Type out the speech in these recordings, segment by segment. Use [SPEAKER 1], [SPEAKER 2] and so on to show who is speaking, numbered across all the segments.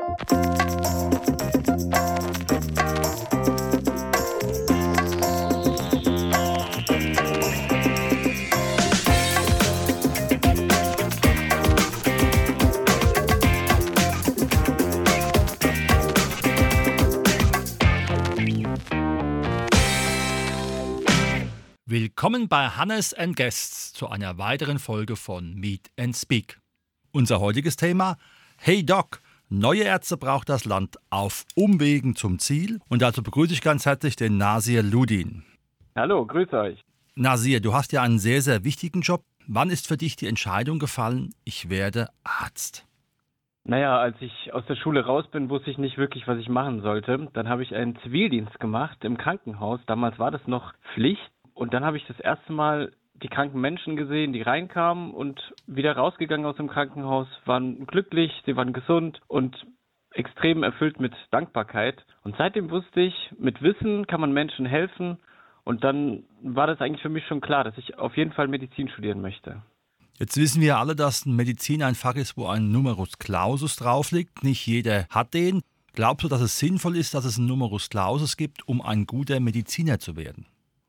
[SPEAKER 1] Willkommen bei Hannes & Guests zu einer weiteren Folge von Meet and Speak. Unser heutiges Thema: Hey Doc, neue Ärzte braucht das Land auf Umwegen zum Ziel. Und dazu begrüße ich ganz herzlich den Nasir Ludin.
[SPEAKER 2] Hallo, grüß euch.
[SPEAKER 1] Nasir, du hast ja einen sehr, sehr wichtigen Job. Wann ist für dich die Entscheidung gefallen, ich werde Arzt?
[SPEAKER 2] Naja, als ich aus der Schule raus bin, wusste ich nicht wirklich, was ich machen sollte. Dann habe ich einen Zivildienst gemacht im Krankenhaus. Damals war das noch Pflicht. Und dann habe ich das erste Mal die kranken Menschen gesehen, die reinkamen und wieder rausgegangen aus dem Krankenhaus, waren glücklich, sie waren gesund und extrem erfüllt mit Dankbarkeit. Und seitdem wusste ich, mit Wissen kann man Menschen helfen. Und dann war das eigentlich für mich schon klar, dass ich auf jeden Fall Medizin studieren möchte.
[SPEAKER 1] Jetzt wissen wir alle, dass Medizin ein Fach ist, wo ein Numerus Clausus drauf liegt. Nicht jeder hat den. Glaubst du, dass es sinnvoll ist, dass es einen Numerus Clausus gibt, um ein guter Mediziner zu werden?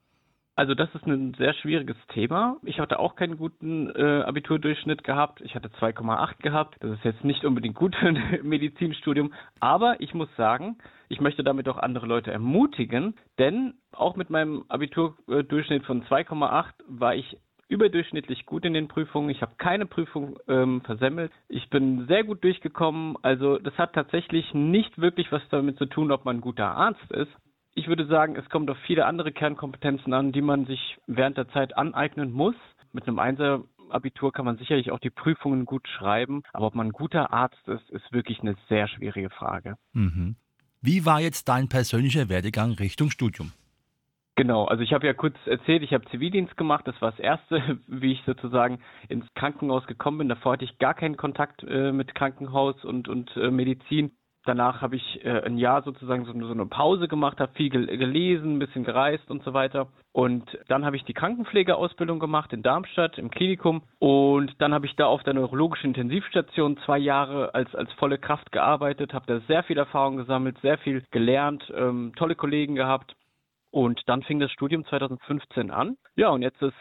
[SPEAKER 2] Also das ist ein sehr schwieriges Thema. Ich hatte auch keinen guten Abiturdurchschnitt gehabt. Ich hatte 2,8 gehabt. Das ist jetzt nicht unbedingt gut für ein Medizinstudium. Aber ich muss sagen, ich möchte damit auch andere Leute ermutigen. Denn auch mit meinem Abiturdurchschnitt von 2,8 war ich überdurchschnittlich gut in den Prüfungen. Ich habe keine Prüfung versemmelt. Ich bin sehr gut durchgekommen. Also das hat tatsächlich nicht wirklich was damit zu tun, ob man ein guter Arzt ist. Ich würde sagen, es kommt auf viele andere Kernkompetenzen an, die man sich während der Zeit aneignen muss. Mit einem Einser-Abitur kann man sicherlich auch die Prüfungen gut schreiben, aber ob man ein guter Arzt ist, ist wirklich eine sehr schwierige Frage.
[SPEAKER 1] Mhm. Wie war jetzt dein persönlicher Werdegang Richtung Studium?
[SPEAKER 2] Genau, also ich habe ja kurz erzählt, ich habe Zivildienst gemacht, das war das Erste, wie ich sozusagen ins Krankenhaus gekommen bin. Davor hatte ich gar keinen Kontakt mit Krankenhaus und Medizin. Danach habe ich ein Jahr sozusagen so eine Pause gemacht, habe viel gelesen, ein bisschen gereist und so weiter. Und dann habe ich die Krankenpflegeausbildung gemacht in Darmstadt im Klinikum. Und dann habe ich da auf der neurologischen Intensivstation 2 Jahre als volle Kraft gearbeitet, habe da sehr viel Erfahrung gesammelt, sehr viel gelernt, tolle Kollegen gehabt. Und dann fing das Studium 2015 an. Ja, und jetzt ist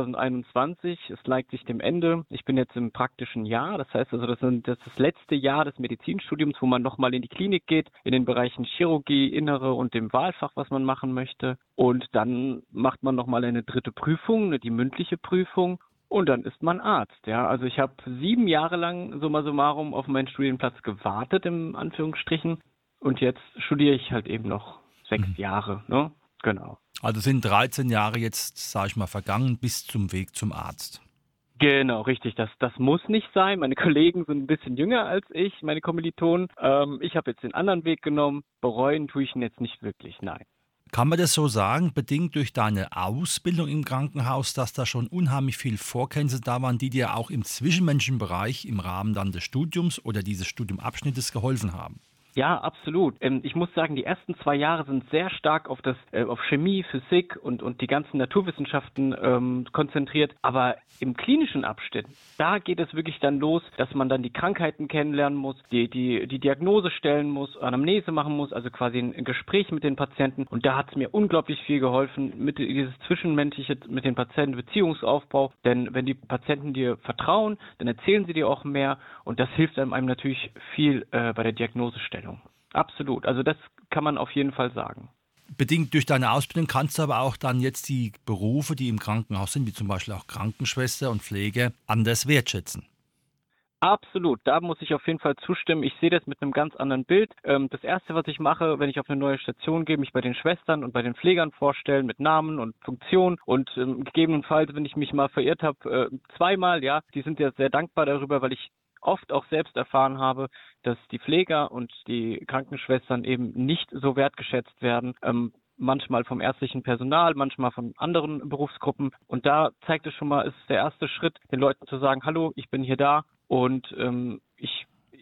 [SPEAKER 2] 2021, es neigt sich dem Ende. Ich bin jetzt im praktischen Jahr. Das heißt also, das ist das letzte Jahr des Medizinstudiums, wo man nochmal in die Klinik geht, in den Bereichen Chirurgie, Innere und dem Wahlfach, was man machen möchte. Und dann macht man nochmal eine 3. Prüfung, die mündliche Prüfung. Und dann ist man Arzt, ja. Also ich habe 7 Jahre lang summa summarum auf meinen Studienplatz gewartet, im Anführungsstrichen. Und jetzt studiere ich halt eben noch 6 Jahre, ne? Genau.
[SPEAKER 1] Also sind 13 Jahre jetzt, sage ich mal, vergangen bis zum Weg zum Arzt.
[SPEAKER 2] Genau, richtig. Das muss nicht sein. Meine Kollegen sind ein bisschen jünger als ich, meine Kommilitonen. Ich habe jetzt den anderen Weg genommen. Bereuen tue ich ihn jetzt nicht wirklich, nein.
[SPEAKER 1] Kann man das so sagen, bedingt durch deine Ausbildung im Krankenhaus, dass da schon unheimlich viel Vorkenntnisse da waren, die dir auch im zwischenmenschlichen Bereich im Rahmen dann des Studiums oder dieses Studiumabschnittes geholfen haben?
[SPEAKER 2] Ja, absolut. Ich muss sagen, die ersten 2 Jahre sind sehr stark auf Chemie, Physik und die ganzen Naturwissenschaften konzentriert. Aber im klinischen Abschnitt, da geht es wirklich dann los, dass man dann die Krankheiten kennenlernen muss, die Diagnose stellen muss, Anamnese machen muss, also quasi ein Gespräch mit den Patienten. Und da hat es mir unglaublich viel geholfen, mit dieses Zwischenmenschliche mit den Patienten, Beziehungsaufbau. Denn wenn die Patienten dir vertrauen, dann erzählen sie dir auch mehr. Und das hilft einem natürlich viel bei der Diagnosestellung. Absolut. Also das kann man auf jeden Fall sagen.
[SPEAKER 1] Bedingt durch deine Ausbildung kannst du aber auch dann jetzt die Berufe, die im Krankenhaus sind, wie zum Beispiel auch Krankenschwester und Pflege, anders wertschätzen.
[SPEAKER 2] Absolut, da muss ich auf jeden Fall zustimmen. Ich sehe das mit einem ganz anderen Bild. Das Erste, was ich mache, wenn ich auf eine neue Station gehe, mich bei den Schwestern und bei den Pflegern vorstellen mit Namen und Funktion und gegebenenfalls, wenn ich mich mal verirrt habe, 2-mal, ja, die sind ja sehr dankbar darüber, weil ich oft auch selbst erfahren habe, dass die Pfleger und die Krankenschwestern eben nicht so wertgeschätzt werden. Manchmal vom ärztlichen Personal, manchmal von anderen Berufsgruppen. Und da zeigt es schon mal, ist der erste Schritt, den Leuten zu sagen, hallo, ich bin hier da und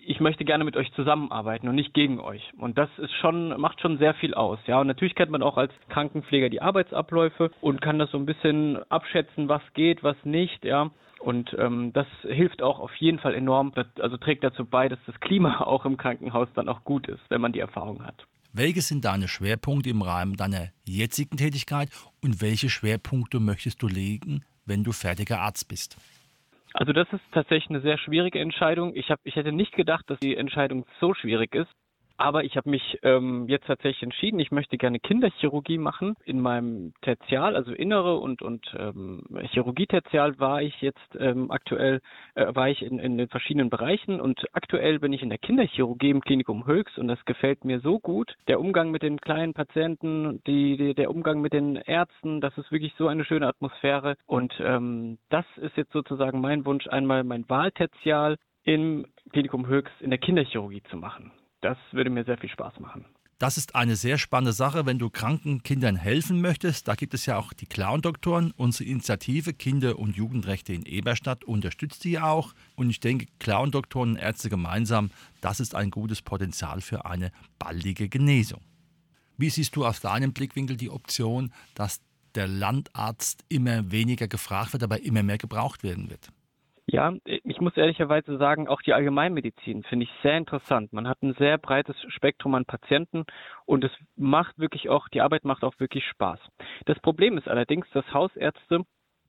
[SPEAKER 2] ich möchte gerne mit euch zusammenarbeiten und nicht gegen euch. Und das macht schon sehr viel aus. Ja, und natürlich kennt man auch als Krankenpfleger die Arbeitsabläufe und kann das so ein bisschen abschätzen, was geht, was nicht, ja. Und das hilft auch auf jeden Fall enorm, also trägt dazu bei, dass das Klima auch im Krankenhaus dann auch gut ist, wenn man die Erfahrung hat.
[SPEAKER 1] Welche sind deine Schwerpunkte im Rahmen deiner jetzigen Tätigkeit und welche Schwerpunkte möchtest du legen, wenn du fertiger Arzt bist?
[SPEAKER 2] Also das ist tatsächlich eine sehr schwierige Entscheidung. Ich hätte nicht gedacht, dass die Entscheidung so schwierig ist. Aber ich habe mich jetzt tatsächlich entschieden, ich möchte gerne Kinderchirurgie machen. In meinem Tertial, also Innere und Chirurgie-Tertial war ich jetzt aktuell, war ich in den verschiedenen Bereichen und aktuell bin ich in der Kinderchirurgie im Klinikum Höchst und das gefällt mir so gut. Der Umgang mit den kleinen Patienten, der Umgang mit den Ärzten, das ist wirklich so eine schöne Atmosphäre und das ist jetzt sozusagen mein Wunsch, einmal mein Wahltertial im Klinikum Höchst in der Kinderchirurgie zu machen. Das würde mir sehr viel Spaß machen.
[SPEAKER 1] Das ist eine sehr spannende Sache, wenn du kranken Kindern helfen möchtest. Da gibt es ja auch die Clown-Doktoren. Unsere Initiative Kinder- und Jugendrechte in Eberstadt unterstützt die auch. Und ich denke, Clown-Doktoren und Ärzte gemeinsam, das ist ein gutes Potenzial für eine baldige Genesung. Wie siehst du aus deinem Blickwinkel die Option, dass der Landarzt immer weniger gefragt wird, aber immer mehr gebraucht werden wird?
[SPEAKER 2] Ja, ich muss ehrlicherweise sagen, auch die Allgemeinmedizin finde ich sehr interessant. Man hat ein sehr breites Spektrum an Patienten und es macht wirklich auch, die Arbeit macht auch wirklich Spaß. Das Problem ist allerdings, dass Hausärzte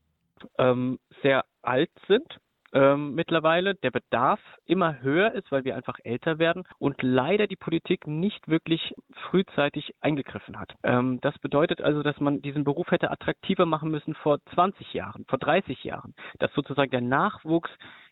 [SPEAKER 2] sehr alt sind mittlerweile, der Bedarf immer höher ist, weil wir einfach älter werden und leider die Politik nicht wirklich frühzeitig eingegriffen hat. Das bedeutet also, dass man diesen Beruf hätte attraktiver machen müssen vor 20 Jahren, vor 30 Jahren, dass sozusagen der Nachwuchs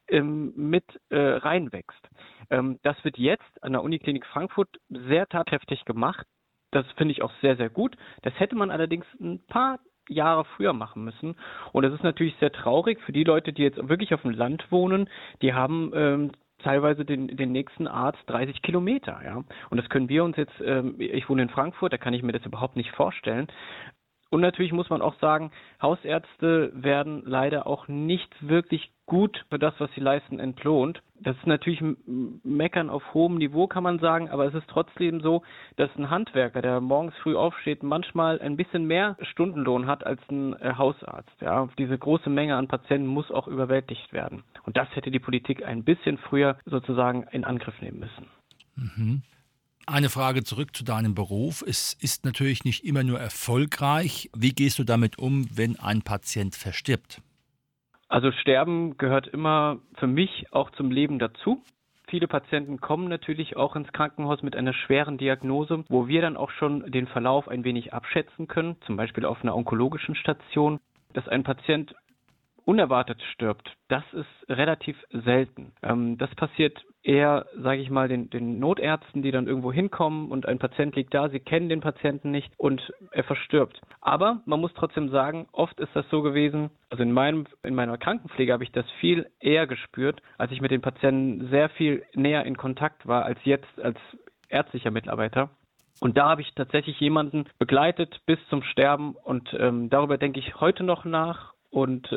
[SPEAKER 2] mit reinwächst. Das wird jetzt an der Uniklinik Frankfurt sehr tatkräftig gemacht. Das finde ich auch sehr, sehr gut. Das hätte man allerdings ein paar Jahre früher machen müssen. Und das ist natürlich sehr traurig für die Leute, die jetzt wirklich auf dem Land wohnen. Die haben teilweise den nächsten Arzt 30 Kilometer. Ja? Und das können wir uns jetzt, ich wohne in Frankfurt, da kann ich mir das überhaupt nicht vorstellen. Und natürlich muss man auch sagen, Hausärzte werden leider auch nicht wirklich gut für das, was sie leisten, entlohnt. Das ist natürlich Meckern auf hohem Niveau, kann man sagen, aber es ist trotzdem so, dass ein Handwerker, der morgens früh aufsteht, manchmal ein bisschen mehr Stundenlohn hat als ein Hausarzt. Ja, diese große Menge an Patienten muss auch überwältigt werden. Und das hätte die Politik ein bisschen früher sozusagen in Angriff nehmen müssen.
[SPEAKER 1] Mhm. Eine Frage zurück zu deinem Beruf. Es ist natürlich nicht immer nur erfolgreich. Wie gehst du damit um, wenn ein Patient verstirbt?
[SPEAKER 2] Also Sterben gehört immer für mich auch zum Leben dazu. Viele Patienten kommen natürlich auch ins Krankenhaus mit einer schweren Diagnose, wo wir dann auch schon den Verlauf ein wenig abschätzen können, zum Beispiel auf einer onkologischen Station, dass ein Patient unerwartet stirbt. Das ist relativ selten. Das passiert eher, sage ich mal, den Notärzten, die dann irgendwo hinkommen und ein Patient liegt da, sie kennen den Patienten nicht und er verstirbt. Aber man muss trotzdem sagen, oft ist das so gewesen, also in meiner Krankenpflege habe ich das viel eher gespürt, als ich mit den Patienten sehr viel näher in Kontakt war als jetzt als ärztlicher Mitarbeiter. Und da habe ich tatsächlich jemanden begleitet bis zum Sterben und darüber denke ich heute noch nach. Und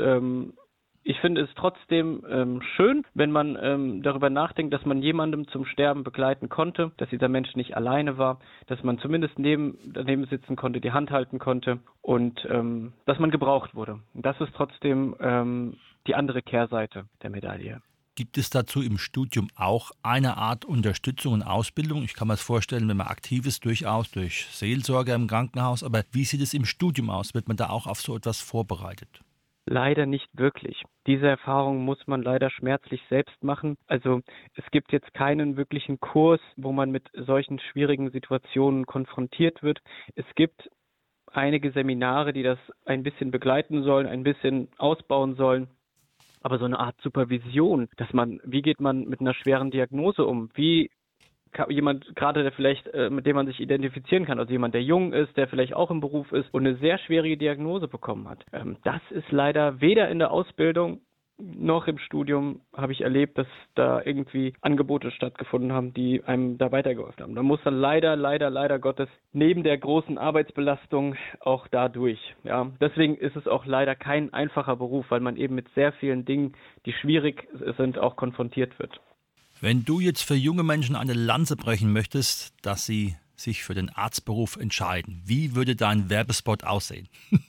[SPEAKER 2] ich finde es trotzdem schön, wenn man darüber nachdenkt, dass man jemandem zum Sterben begleiten konnte, dass dieser Mensch nicht alleine war, dass man zumindest daneben sitzen konnte, die Hand halten konnte und dass man gebraucht wurde. Und das ist trotzdem die andere Kehrseite der Medaille.
[SPEAKER 1] Gibt es dazu im Studium auch eine Art Unterstützung und Ausbildung? Ich kann mir das vorstellen, wenn man aktiv ist, durchaus durch Seelsorger im Krankenhaus. Aber wie sieht es im Studium aus? Wird man da auch auf so etwas vorbereitet?
[SPEAKER 2] Leider nicht wirklich. Diese Erfahrung muss man leider schmerzlich selbst machen. Also es gibt jetzt keinen wirklichen Kurs, wo man mit solchen schwierigen Situationen konfrontiert wird. Es gibt einige Seminare, die das ein bisschen begleiten sollen, ein bisschen ausbauen sollen. Aber so eine Art Supervision, wie geht man mit einer schweren Diagnose um? Wie jemand, gerade der vielleicht, mit dem man sich identifizieren kann, also jemand, der jung ist, der vielleicht auch im Beruf ist und eine sehr schwierige Diagnose bekommen hat. Das ist leider weder in der Ausbildung noch im Studium habe ich erlebt, dass da irgendwie Angebote stattgefunden haben, die einem da weitergeholfen haben. Da muss dann leider Gottes neben der großen Arbeitsbelastung auch da durch. Ja, deswegen ist es auch leider kein einfacher Beruf, weil man eben mit sehr vielen Dingen, die schwierig sind, auch konfrontiert wird.
[SPEAKER 1] Wenn du jetzt für junge Menschen eine Lanze brechen möchtest, dass sie sich für den Arztberuf entscheiden, wie würde dein Werbespot aussehen?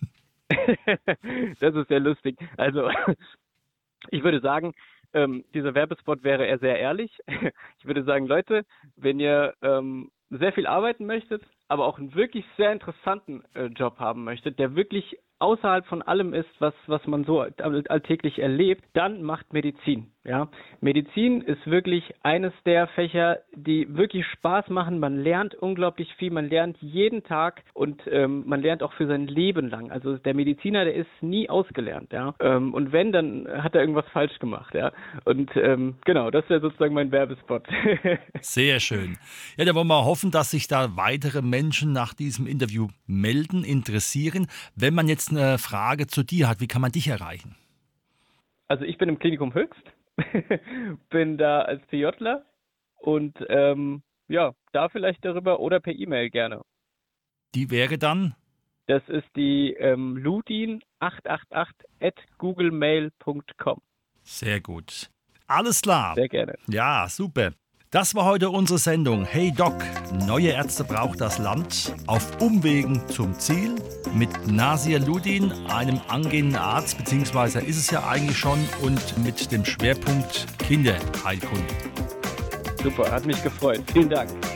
[SPEAKER 2] Das ist sehr lustig. Also ich würde sagen, dieser Werbespot wäre eher sehr ehrlich. Ich würde sagen, Leute, wenn ihr sehr viel arbeiten möchtet, aber auch einen wirklich sehr interessanten Job haben möchtet, der wirklich außerhalb von allem ist, was man so alltäglich erlebt, dann macht Medizin. Ja? Medizin ist wirklich eines der Fächer, die wirklich Spaß machen. Man lernt unglaublich viel, man lernt jeden Tag und man lernt auch für sein Leben lang. Also der Mediziner, der ist nie ausgelernt. Ja? Und wenn, dann hat er irgendwas falsch gemacht. Ja? Und genau, das wäre sozusagen mein Werbespot.
[SPEAKER 1] Sehr schön. Ja, da wollen wir hoffen, dass sich da weitere Menschen nach diesem Interview melden, interessieren. Wenn man jetzt eine Frage zu dir hat, wie kann man dich erreichen?
[SPEAKER 2] Also ich bin im Klinikum Höchst, bin da als PJler und ja, da vielleicht darüber oder per E-Mail gerne.
[SPEAKER 1] Die wäre dann?
[SPEAKER 2] Das ist die ludin888@googlemail.com.
[SPEAKER 1] Sehr gut. Alles klar.
[SPEAKER 2] Sehr gerne.
[SPEAKER 1] Ja, super. Das war heute unsere Sendung Hey Doc, neue Ärzte braucht das Land, auf Umwegen zum Ziel mit Nasir Ludin, einem angehenden Arzt, beziehungsweise ist es ja eigentlich schon, und mit dem Schwerpunkt Kinderheilkunde.
[SPEAKER 2] Super, hat mich gefreut. Vielen Dank.